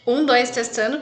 Um, dois, testando.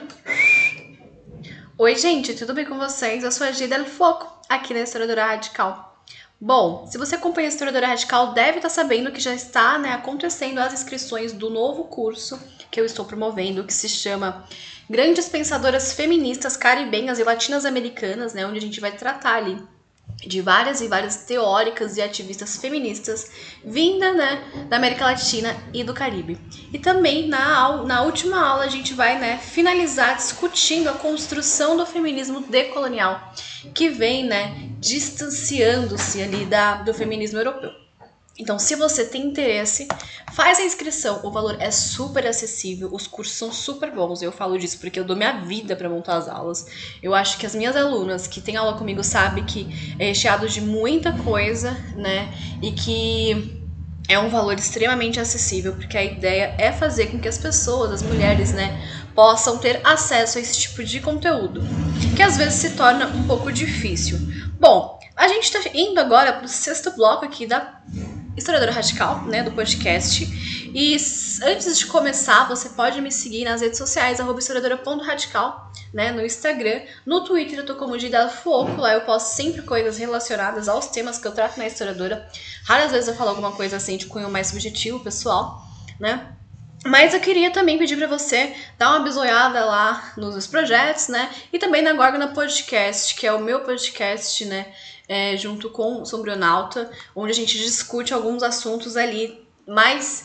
Oi, gente, tudo bem com vocês? Eu sou a Gida El Foco, aqui na Historiadora Radical. Bom, se você acompanha a Historiadora Radical, deve estar sabendo que já está acontecendo as inscrições do novo curso que eu estou promovendo, que se chama Grandes Pensadoras Feministas Caribenhas e Latinas Americanas, onde a gente vai tratar ali de várias e várias teóricas e ativistas feministas vinda da América Latina e do Caribe. E também na última aula a gente vai finalizar discutindo a construção do feminismo decolonial, que vem distanciando-se ali do feminismo europeu. Então, se você tem interesse, faz a inscrição. O valor é super acessível, os cursos são super bons. Eu falo disso porque eu dou minha vida para montar as aulas. Eu acho que as minhas alunas que têm aula comigo sabem que é recheado de muita coisa, E que é um valor extremamente acessível, porque a ideia é fazer com que as pessoas, as mulheres, possam ter acesso a esse tipo de conteúdo, que às vezes se torna um pouco difícil. Bom, a gente está indo agora para o 6º bloco aqui da Historiadora Radical, do podcast. E antes de começar, você pode me seguir nas redes sociais, @historiadora.radical, no Instagram. No Twitter eu tô como Gida Foco, lá eu posto sempre coisas relacionadas aos temas que eu trato na historiadora. Raras vezes eu falo alguma coisa assim de cunho mais subjetivo, pessoal, Mas eu queria também pedir para você dar uma bisoiada lá nos meus projetos, E também na Gorgona Podcast, que é o meu podcast, junto com o Sombronauta, onde a gente discute alguns assuntos ali mais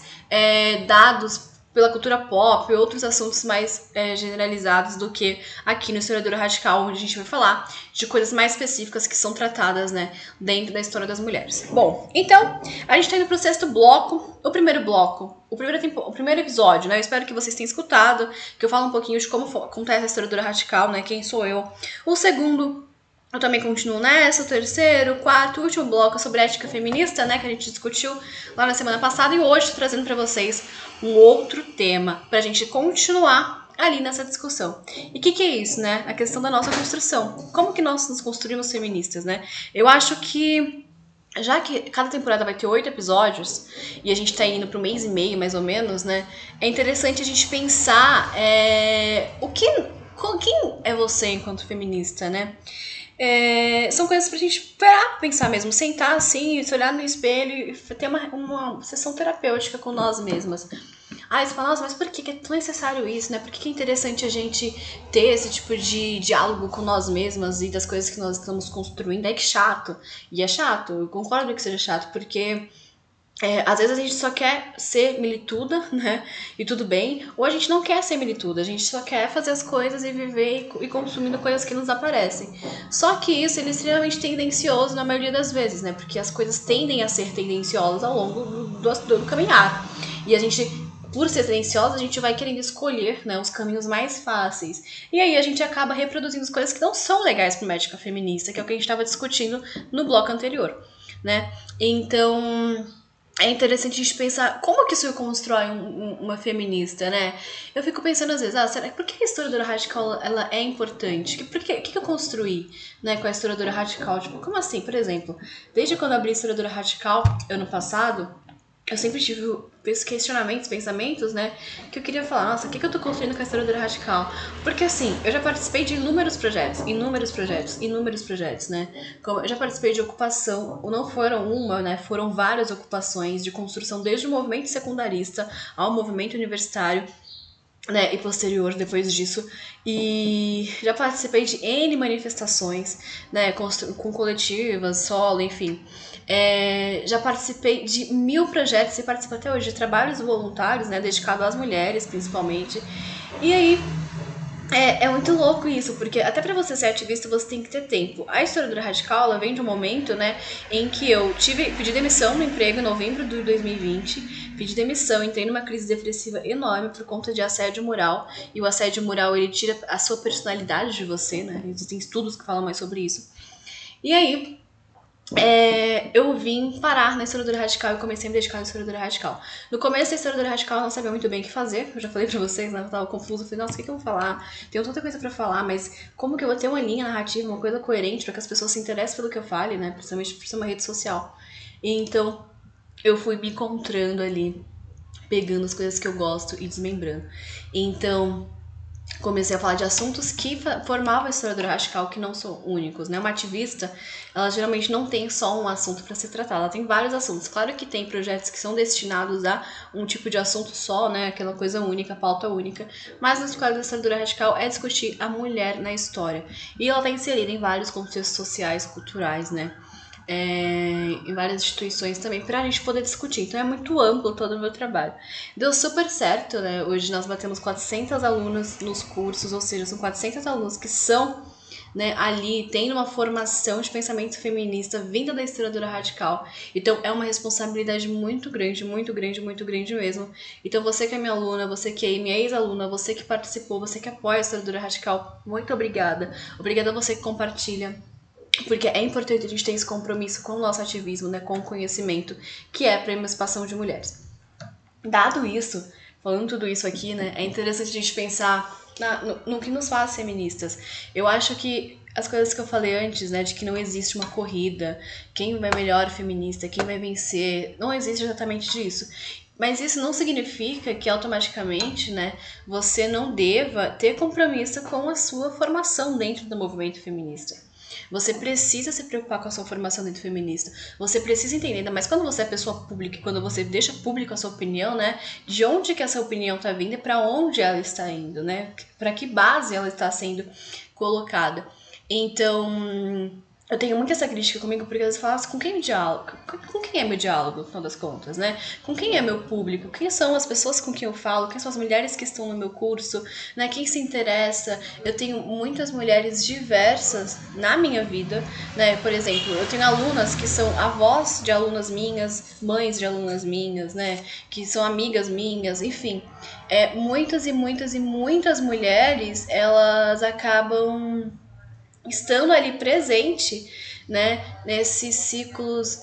dados pela cultura pop, outros assuntos mais generalizados do que aqui no Historiadora Radical, onde a gente vai falar de coisas mais específicas que são tratadas, dentro da história das mulheres. Bom, então, a gente tá indo pro 6º bloco, o primeiro bloco, o primeiro episódio, Eu espero que vocês tenham escutado, que eu falo um pouquinho de como acontece a Historiadora Radical, quem sou eu. O segundo, eu também continuo nessa, o terceiro, o quarto, o último bloco sobre ética feminista, que a gente discutiu lá na semana passada, e hoje tô trazendo para vocês um outro tema pra gente continuar ali nessa discussão. E o que é isso, A questão da nossa construção. Como que nós nos construímos feministas, Eu acho que, já que cada temporada vai ter 8 episódios, e a gente tá indo pro mês e meio, mais ou menos, É interessante a gente pensar quem é você enquanto feminista, São coisas pra gente parar pra pensar mesmo, sentar assim, se olhar no espelho e ter uma sessão terapêutica com nós mesmas. Aí você fala, nossa, mas por que é tão necessário isso, Por que é interessante a gente ter esse tipo de diálogo com nós mesmas e das coisas que nós estamos construindo? É que chato. E é chato, eu concordo que seja chato, porque às vezes a gente só quer ser milituda, E tudo bem. Ou a gente não quer ser milituda, a gente só quer fazer as coisas e viver e consumindo coisas que nos aparecem. Só que isso é extremamente tendencioso na maioria das vezes, Porque as coisas tendem a ser tendenciosas ao longo do caminhar. E a gente, por ser tendenciosa, a gente vai querendo escolher os caminhos mais fáceis. E aí a gente acaba reproduzindo as coisas que não são legais para uma ética feminista, que é o que a gente estava discutindo no bloco anterior, Então, é interessante a gente pensar como que isso constrói uma feminista, Eu fico pensando às vezes, será por que a historiadora radical ela é importante? O que eu construí, com a historiadora radical? Tipo, como assim? Por exemplo, desde quando eu abri a historiadora radical, ano passado, eu sempre tive questionamentos, pensamentos, que eu queria falar, nossa, o que eu tô construindo com a historiadora radical? Porque assim, eu já participei de inúmeros projetos, Como eu já participei de ocupação, não foram uma, foram várias ocupações de construção, desde o movimento secundarista ao movimento universitário, e posterior depois disso, e já participei de N manifestações, com coletivas, solo, enfim. Já participei de 1000 projetos e participo até hoje de trabalhos voluntários, dedicados às mulheres, principalmente. E aí, é muito louco isso, porque até pra você ser ativista você tem que ter tempo. A historiadora radical, ela vem de um momento, em que eu pedi demissão no emprego em novembro de 2020, pedi demissão, entrei numa crise depressiva enorme por conta de assédio moral, e o assédio moral, ele tira a sua personalidade de você, Existem estudos que falam mais sobre isso. E aí, eu vim parar na historiadora radical e comecei a me dedicar na historiadora radical. No começo da historiadora radical eu não sabia muito bem o que fazer, eu já falei pra vocês, Eu tava confusa, eu falei, nossa, o que eu vou falar? Tenho tanta coisa pra falar, mas como que eu vou ter uma linha narrativa, uma coisa coerente pra que as pessoas se interessem pelo que eu fale, Principalmente por ser uma rede social. E então, eu fui me encontrando ali, pegando as coisas que eu gosto e desmembrando. Então, comecei a falar de assuntos que formavam a historiadora radical, que não são únicos, né? Uma ativista, ela geralmente não tem só um assunto para se tratar, ela tem vários assuntos. Claro que tem projetos que são destinados a um tipo de assunto só, né? Aquela coisa única, pauta única. Mas no caso da historiadora radical é discutir a mulher na história. E ela está inserida em vários contextos sociais, culturais, né? Em várias instituições também, pra gente poder discutir. Então é muito amplo todo o meu trabalho. Deu super certo, né? Hoje nós batemos 400 alunas nos cursos, ou seja, são 400 alunos que são, né, ali tendo uma formação de pensamento feminista vinda da historiadora radical. Então é uma responsabilidade muito grande, muito grande, muito grande mesmo. Então você que é minha aluna, você que é minha ex-aluna, você que participou, você que apoia a historiadora radical, muito obrigada. Obrigada a você que compartilha. Porque é importante a gente ter esse compromisso com o nosso ativismo, né, com o conhecimento, que é para a emancipação de mulheres. Dado isso, falando tudo isso aqui, né, é interessante a gente pensar no que nos faz feministas. Eu acho que as coisas que eu falei antes, né, de que não existe uma corrida, quem vai melhor feminista, quem vai vencer, não existe exatamente disso. Mas isso não significa que automaticamente, né, você não deva ter compromisso com a sua formação dentro do movimento feminista. Você precisa se preocupar com a sua formação dentro feminista. Você precisa entender, ainda mais quando você é pessoa pública e quando você deixa público a sua opinião, né? De onde que essa opinião está vindo e para onde ela está indo, né? Para que base ela está sendo colocada. Então, eu tenho muito essa crítica comigo, porque eles falam assim, com quem me diálogo? Com quem é meu diálogo, no final das contas, né? Com quem é meu público? Quem são as pessoas com quem eu falo? Quem são as mulheres que estão no meu curso? Né? Quem se interessa? Eu tenho muitas mulheres diversas na minha vida, né? Por exemplo, eu tenho alunas que são avós de alunas minhas, mães de alunas minhas, né? Que são amigas minhas, enfim. Muitas e muitas e muitas mulheres, elas acabam estando ali presente, né, nesses ciclos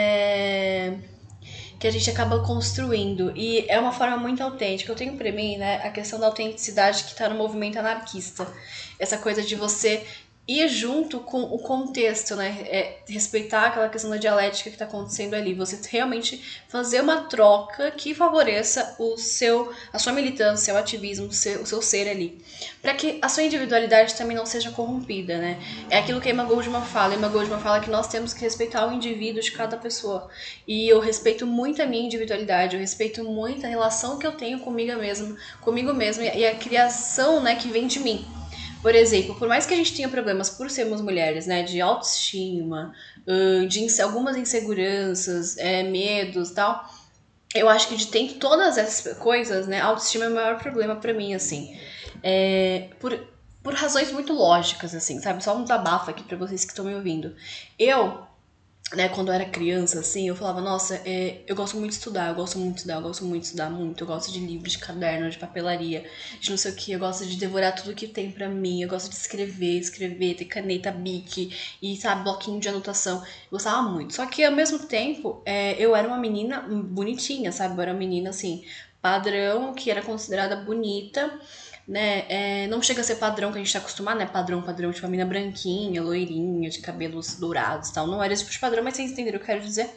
que a gente acaba construindo. E é uma forma muito autêntica. Eu tenho pra mim, né, a questão da autenticidade que tá no movimento anarquista. Essa coisa de você ir junto com o contexto, né? Respeitar aquela questão da dialética que está acontecendo ali. Você realmente fazer uma troca que favoreça a sua militância, o seu ativismo, o seu ser ali. Para que a sua individualidade também não seja corrompida, né? É aquilo que a Emma Goldman fala. A Emma Goldman fala que nós temos que respeitar o indivíduo de cada pessoa. E eu respeito muito a minha individualidade, eu respeito muito a relação que eu tenho comigo mesma e a criação, né, que vem de mim. Por exemplo, por mais que a gente tenha problemas por sermos mulheres, né, de autoestima, de algumas inseguranças, medos, tal, eu acho que de ter todas essas coisas, né, a autoestima é o maior problema pra mim, assim. Por razões muito lógicas, assim, sabe? Só um desabafo aqui pra vocês que estão me ouvindo. Eu, né, quando eu era criança, assim, eu falava, nossa, eu gosto muito de estudar, eu gosto muito de estudar, eu gosto muito de estudar muito, eu gosto de livros, de caderno, de papelaria, de não sei o que, eu gosto de devorar tudo que tem pra mim, eu gosto de escrever, ter caneta, bic e, sabe, bloquinho de anotação, eu gostava muito. Só que, ao mesmo tempo, eu era uma menina bonitinha, sabe, eu era uma menina, assim, padrão, que era considerada bonita, né? Não chega a ser padrão que a gente tá acostumado, né? Padrão, tipo a mina branquinha, loirinha, de cabelos dourados e tal. Não era esse tipo de padrão, mas vocês entenderam o que eu quero dizer.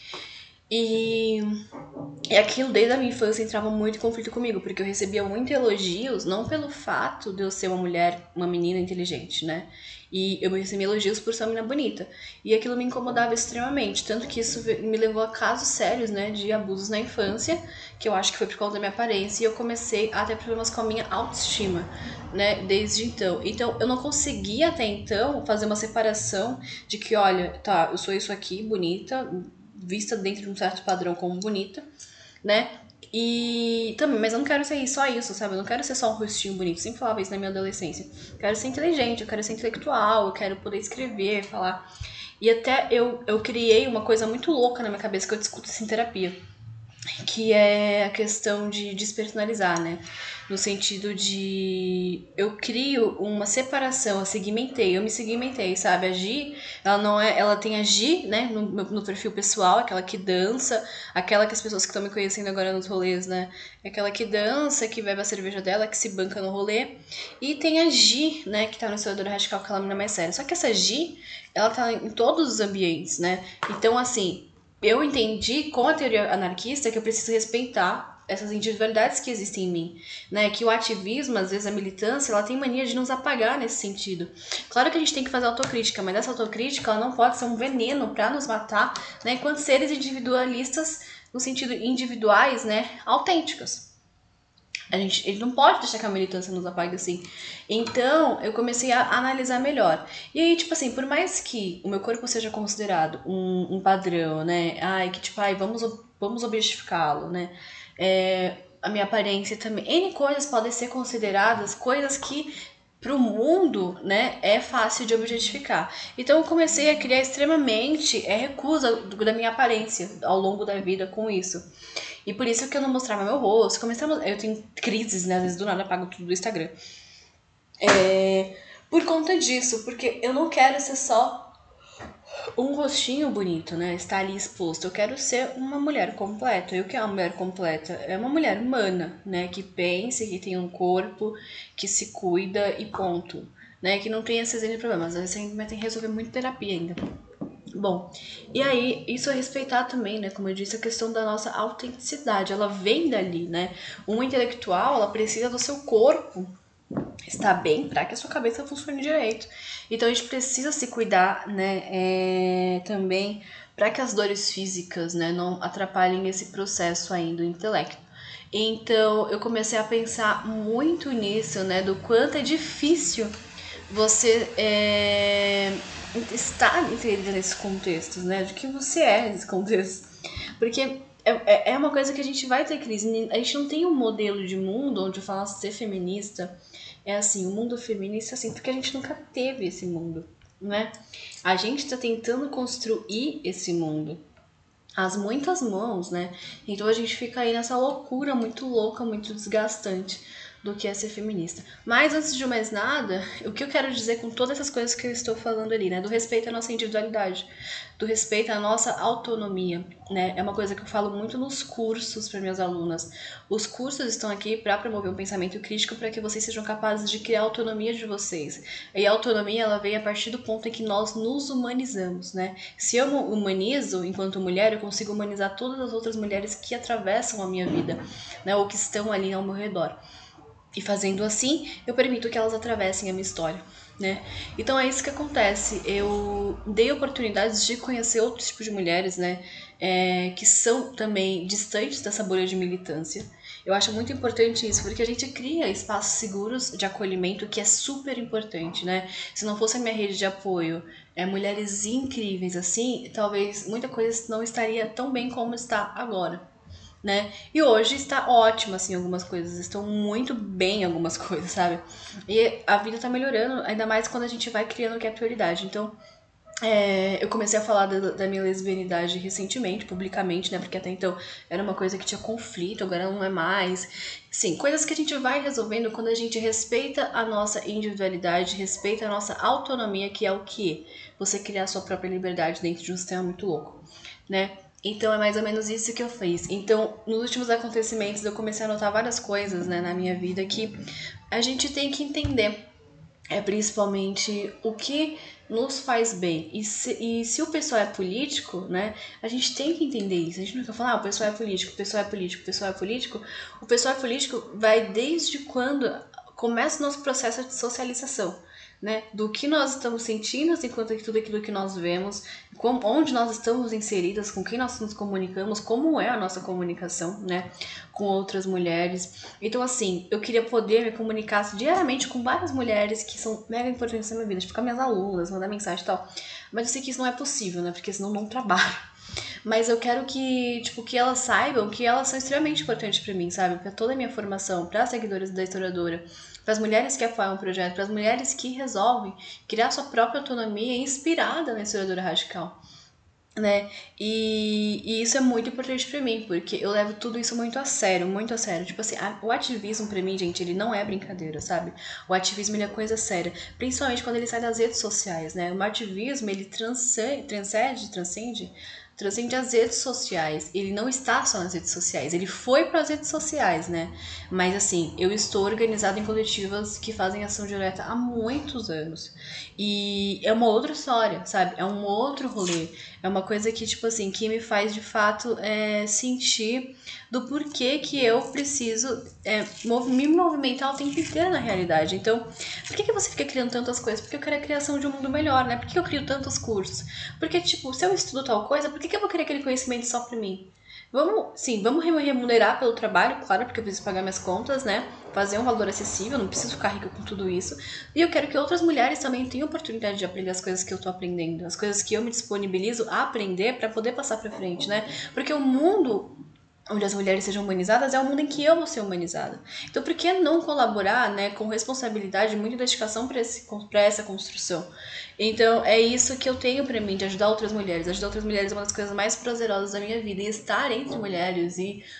E aquilo desde a minha infância entrava muito em conflito comigo, porque eu recebia muito elogios, não pelo fato de eu ser uma mulher, uma menina inteligente, né? E eu recebia elogios por ser uma menina bonita. E aquilo me incomodava extremamente, tanto que isso me levou a casos sérios, né, de abusos na infância, que eu acho que foi por causa da minha aparência, e eu comecei a ter problemas com a minha autoestima, né, desde então. Então, eu não conseguia até então fazer uma separação de que, olha, tá, eu sou isso aqui, bonita, vista dentro de um certo padrão como bonita, né? E também, mas eu não quero ser só isso, sabe? Eu não quero ser só um rostinho bonito. Eu sempre falava isso na minha adolescência. Eu quero ser inteligente, eu quero ser intelectual, eu quero poder escrever, falar. E até eu criei uma coisa muito louca na minha cabeça que eu discuto isso em terapia, que é a questão de despersonalizar, né? No sentido de eu crio uma separação, eu me segmentei, sabe? A Gi, ela não é, ela tem a Gi, né, no perfil pessoal, aquela que dança, aquela que as pessoas que estão me conhecendo agora nos rolês, né, é aquela que dança, que bebe a cerveja dela, que se banca no rolê, e tem a Gi, né, que tá no Historiadora Radical, aquela menina mais séria. Só que essa Gi, ela tá em todos os ambientes, né? Então, assim, eu entendi com a teoria anarquista que eu preciso respeitar essas individualidades que existem em mim, né? Que o ativismo, às vezes a militância, ela tem mania de nos apagar nesse sentido. Claro que a gente tem que fazer autocrítica, mas essa autocrítica ela não pode ser um veneno para nos matar, né? Enquanto seres individualistas, no sentido individuais, né? Autênticos. Ele não pode deixar que a militância nos apague assim. Então, eu comecei a analisar melhor. E aí, tipo assim, por mais que o meu corpo seja considerado um padrão, né? Ai, que tipo, vamos objetificá-lo, né? A minha aparência também. N coisas podem ser consideradas coisas que pro mundo, né, é fácil de objetificar. Então eu comecei a criar extremamente recusa da minha aparência ao longo da vida com isso. E por isso que eu não mostrava meu rosto. Eu tenho crises, né? Às vezes do nada eu apago tudo do Instagram. Por conta disso, porque eu não quero ser só um rostinho bonito, né? Estar ali exposto. Eu quero ser uma mulher completa. E o que é uma mulher completa? É uma mulher humana, né? Que pense, que tem um corpo, que se cuida e ponto. Né? Que não tem esses N problemas. Às vezes você ainda tem que resolver muito terapia ainda. Bom, e aí, isso é respeitar também, né? Como eu disse, a questão da nossa autenticidade. Ela vem dali, né? Uma intelectual, ela precisa do seu corpo estar bem para que a sua cabeça funcione direito. Então a gente precisa se cuidar, né? Também para que as dores físicas, né, não atrapalhem esse processo aí do intelecto. Então eu comecei a pensar muito nisso, né? Do quanto é difícil você estar inserida nesses contextos, né? De que você é nesse contexto. Porque é uma coisa que a gente vai ter crise. A gente não tem um modelo de mundo onde eu falo ser feminista. É assim, o mundo feminista, assim, porque a gente nunca teve esse mundo, né? A gente tá tentando construir esse mundo. As muitas mãos, né? Então a gente fica aí nessa loucura muito louca, muito desgastante do que é ser feminista. Mas antes de mais nada, o que eu quero dizer com todas essas coisas que eu estou falando ali, né? Do respeito à nossa individualidade, do respeito à nossa autonomia, né? É uma coisa que eu falo muito nos cursos para minhas alunas. Os cursos estão aqui para promover um pensamento crítico para que vocês sejam capazes de criar a autonomia de vocês. E a autonomia, ela vem a partir do ponto em que nós nos humanizamos, né? Se eu me humanizo enquanto mulher, eu consigo humanizar todas as outras mulheres que atravessam a minha vida, né? Ou que estão ali ao meu redor. E fazendo assim, eu permito que elas atravessem a minha história, né? Então é isso que acontece. Eu dei oportunidades de conhecer outros tipos de mulheres, né? Que são também distantes dessa bolha de militância. Eu acho muito importante isso, porque a gente cria espaços seguros de acolhimento, que é super importante, né? Se não fosse a minha rede de apoio, mulheres incríveis assim, talvez muita coisa não estaria tão bem como está agora. Né? E hoje está ótimo, assim, algumas coisas. Estão muito bem algumas coisas, sabe? E a vida tá melhorando, ainda mais quando a gente vai criando o que é prioridade. Então, eu comecei a falar da minha lesbianidade recentemente, publicamente, né? Porque até então era uma coisa que tinha conflito, agora não é mais. Sim, coisas que a gente vai resolvendo quando a gente respeita a nossa individualidade, respeita a nossa autonomia, que é o quê? Você criar a sua própria liberdade dentro de um sistema muito louco, né? Então é mais ou menos isso que eu fiz. Então, nos últimos acontecimentos, eu comecei a notar várias coisas, né, na minha vida que a gente tem que entender. Principalmente o que nos faz bem. E se o pessoal é político, né, a gente tem que entender isso. A gente não fica falando, o pessoal é político, o pessoal é político, o pessoal é político. O pessoal é político vai desde quando começa o nosso processo de socialização. Né, do que nós estamos sentindo enquanto tudo aquilo que nós vemos, onde nós estamos inseridas, com quem nós nos comunicamos, como é a nossa comunicação, né, com outras mulheres. Então, assim, eu queria poder me comunicar diariamente com várias mulheres que são mega importantes na minha vida, ficar minhas alunas, mandar mensagem e tal. Mas eu sei que isso não é possível, né, porque senão eu não trabalho. Mas eu quero que, tipo, que elas saibam que elas são extremamente importantes pra mim, sabe? Pra toda a minha formação, para as seguidoras da historiadora, para as mulheres que apoiam o projeto, para as mulheres que resolvem criar sua própria autonomia inspirada na historiadora radical, né? E isso é muito importante pra mim, porque eu levo tudo isso muito a sério, muito a sério. Tipo assim, o ativismo pra mim, gente, ele não é brincadeira, sabe? O ativismo, ele é coisa séria, principalmente quando ele sai das redes sociais, né? O ativismo, ele transcende transcende as redes sociais. Ele não está só nas redes sociais, ele foi para as redes sociais, né? Mas assim, eu estou organizada em coletivas que fazem ação direta há muitos anos. E é uma outra história, sabe? É um outro rolê. É uma coisa que, tipo assim, que me faz de fato sentir do porquê que eu preciso me movimentar o tempo inteiro na realidade. Então, por que você fica criando tantas coisas? Porque eu quero a criação de um mundo melhor, né? Por que eu crio tantos cursos? Porque, tipo, se eu estudo tal coisa, por que eu vou querer aquele conhecimento só pra mim? Vamos me remunerar pelo trabalho, claro, porque eu preciso pagar minhas contas, né? Fazer um valor acessível, não preciso ficar rica com tudo isso. E eu quero que outras mulheres também tenham oportunidade de aprender as coisas que eu tô aprendendo, as coisas que eu me disponibilizo a aprender pra poder passar pra frente, né? Porque o mundo onde as mulheres sejam humanizadas é o mundo em que eu vou ser humanizada. Então, por que não colaborar, né, com responsabilidade e muita dedicação para essa construção? Então, é isso que eu tenho para mim, de ajudar outras mulheres. Ajudar outras mulheres é uma das coisas mais prazerosas da minha vida. E estar entre mulheres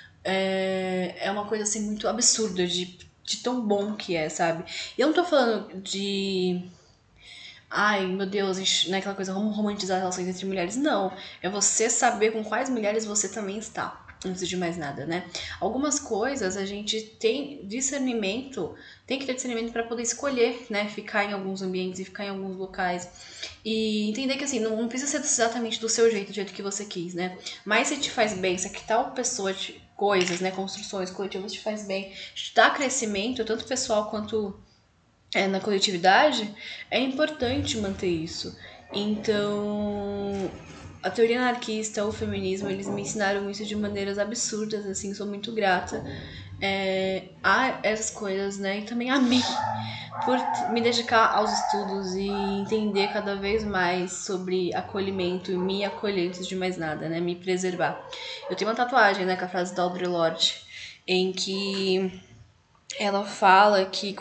é uma coisa, assim, muito absurda de tão bom que é, sabe? E eu não tô falando de... Ai, meu Deus, não é aquela coisa, vamos romantizar as relações entre mulheres. Não, é você saber com quais mulheres você também está, antes de mais nada, né? Algumas coisas a gente tem discernimento, tem que ter discernimento para poder escolher, né? Ficar em alguns ambientes e ficar em alguns locais. E entender que, assim, não precisa ser exatamente do seu jeito, do jeito que você quis, né? Mas se te faz bem, se que tal pessoa, coisas, né? Construções coletivas te faz bem, te dá crescimento, tanto pessoal quanto na coletividade, é importante manter isso. Então, a teoria anarquista, o feminismo, eles me ensinaram isso de maneiras absurdas, assim, sou muito grata a essas coisas, né? E também a mim, por me dedicar aos estudos e entender cada vez mais sobre acolhimento e me acolher antes de mais nada, né? Me preservar. Eu tenho uma tatuagem, né, com a frase da Audre Lorde, em que ela fala que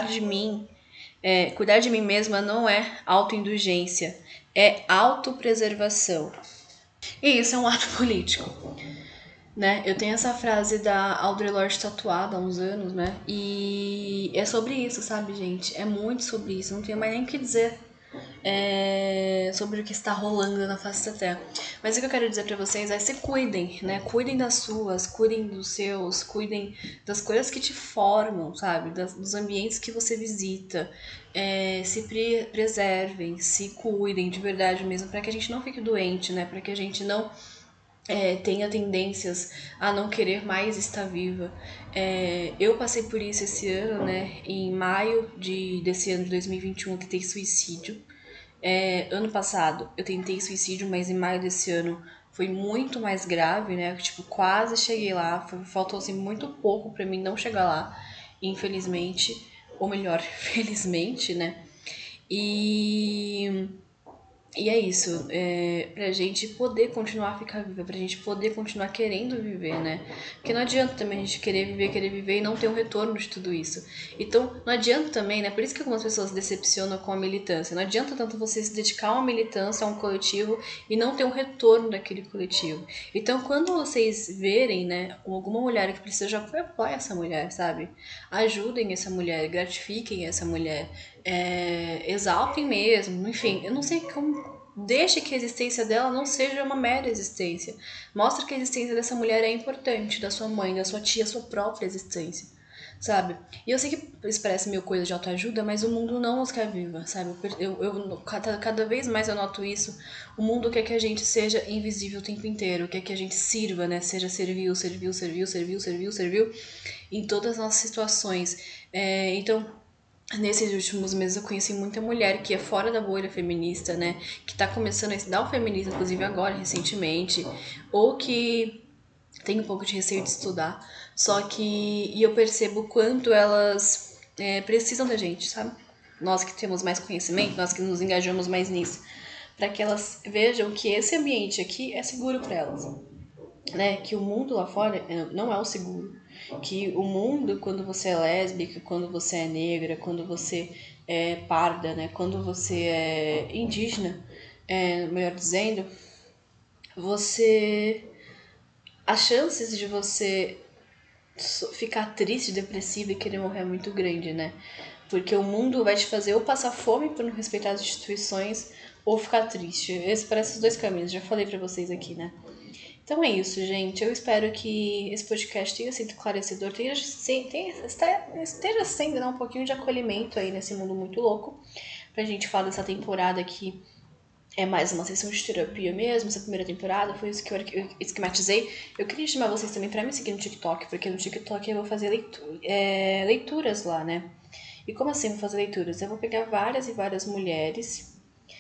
cuidar de mim mesma não é autoindulgência, é autopreservação. E isso é um ato político, né? Eu tenho essa frase da Audre Lorde tatuada há uns anos, né? E é sobre isso, sabe, gente? É muito sobre isso, não tenho mais nem o que dizer sobre o que está rolando na face da Terra. Mas o que eu quero dizer pra vocês é se cuidem, né? Cuidem das suas, cuidem dos seus, cuidem das coisas que te formam, sabe? Dos ambientes que você visita. Se preservem, se cuidem de verdade mesmo, para que a gente não fique doente, né? Para que a gente não tenha tendências a não querer mais estar viva. Eu passei por isso esse ano, né? Em maio desse ano de 2021, eu tentei suicídio. Ano passado eu tentei suicídio, mas em maio desse ano foi muito mais grave, né? Tipo, quase cheguei lá. Faltou assim muito pouco pra mim não chegar lá, infelizmente. Ou melhor, felizmente, né? E e é isso, pra gente poder continuar a ficar viva, pra gente poder continuar querendo viver, né? Porque não adianta também a gente querer viver e não ter um retorno de tudo isso. Então, não adianta também, né? Por isso que algumas pessoas se decepcionam com a militância. Não adianta tanto você se dedicar a uma militância, a um coletivo e não ter um retorno daquele coletivo. Então, quando vocês verem, né, alguma mulher que precisa de apoio, apoie essa mulher, sabe? Ajudem essa mulher, gratifiquem essa mulher. Exaltem mesmo, enfim, eu não sei como. Deixe que a existência dela não seja uma mera existência. Mostre que a existência dessa mulher é importante, da sua mãe, da sua tia, a sua própria existência, sabe? E eu sei que isso parece meio coisa de autoajuda, mas o mundo não nos quer viva, sabe? Cada vez mais eu noto isso. O mundo quer que a gente seja invisível o tempo inteiro, quer que a gente sirva, né? Seja serviu em todas as nossas situações. Então, nesses últimos meses eu conheci muita mulher que é fora da bolha feminista, né? Que tá começando a estudar o feminismo, inclusive agora, recentemente. Ou que tem um pouco de receio de estudar. Só que... E eu percebo o quanto elas precisam da gente, sabe? Nós que temos mais conhecimento, nós que nos engajamos mais nisso. Para que elas vejam que esse ambiente aqui é seguro para elas, né? Que o mundo lá fora não é o seguro. Que o mundo, quando você é lésbica, quando você é negra, quando você é parda, né? Quando você é indígena, melhor dizendo, você... As chances de você ficar triste, depressiva e querer morrer é muito grande, né? Porque o mundo vai te fazer ou passar fome por não respeitar as instituições, ou ficar triste. Esse parece os dois caminhos, já falei pra vocês aqui, né? Então é isso, gente. Eu espero que esse podcast tenha sido esclarecedor, esteja sendo, né, um pouquinho de acolhimento aí nesse mundo muito louco. Pra gente falar dessa temporada que é mais uma sessão de terapia mesmo, essa primeira temporada, foi isso que eu esquematizei. Eu queria chamar vocês também pra me seguir no TikTok, porque no TikTok eu vou fazer leituras lá, né? E como assim eu vou fazer leituras? Eu vou pegar várias e várias mulheres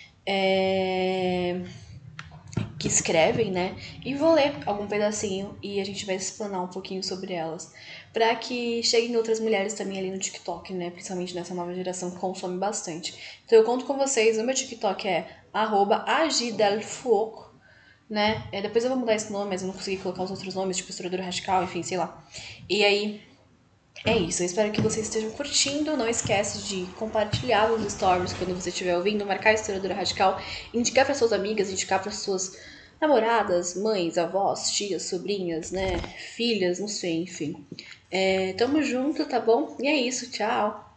que escrevem, né? E vou ler algum pedacinho e a gente vai explanar um pouquinho sobre elas. Pra que cheguem outras mulheres também ali no TikTok, né? Principalmente nessa nova geração que consome bastante. Então eu conto com vocês, o meu TikTok é @agidelfoco, né? Depois eu vou mudar esse nome, mas eu não consegui colocar os outros nomes, tipo Historiadora Radical, enfim, sei lá. E aí, é isso, eu espero que vocês estejam curtindo. Não esquece de compartilhar os stories quando você estiver ouvindo, marcar a Historiadora Radical, indicar para suas amigas, indicar para suas namoradas, mães, avós, tias, sobrinhas, né, filhas, não sei, enfim. Tamo junto, tá bom? E é isso, tchau!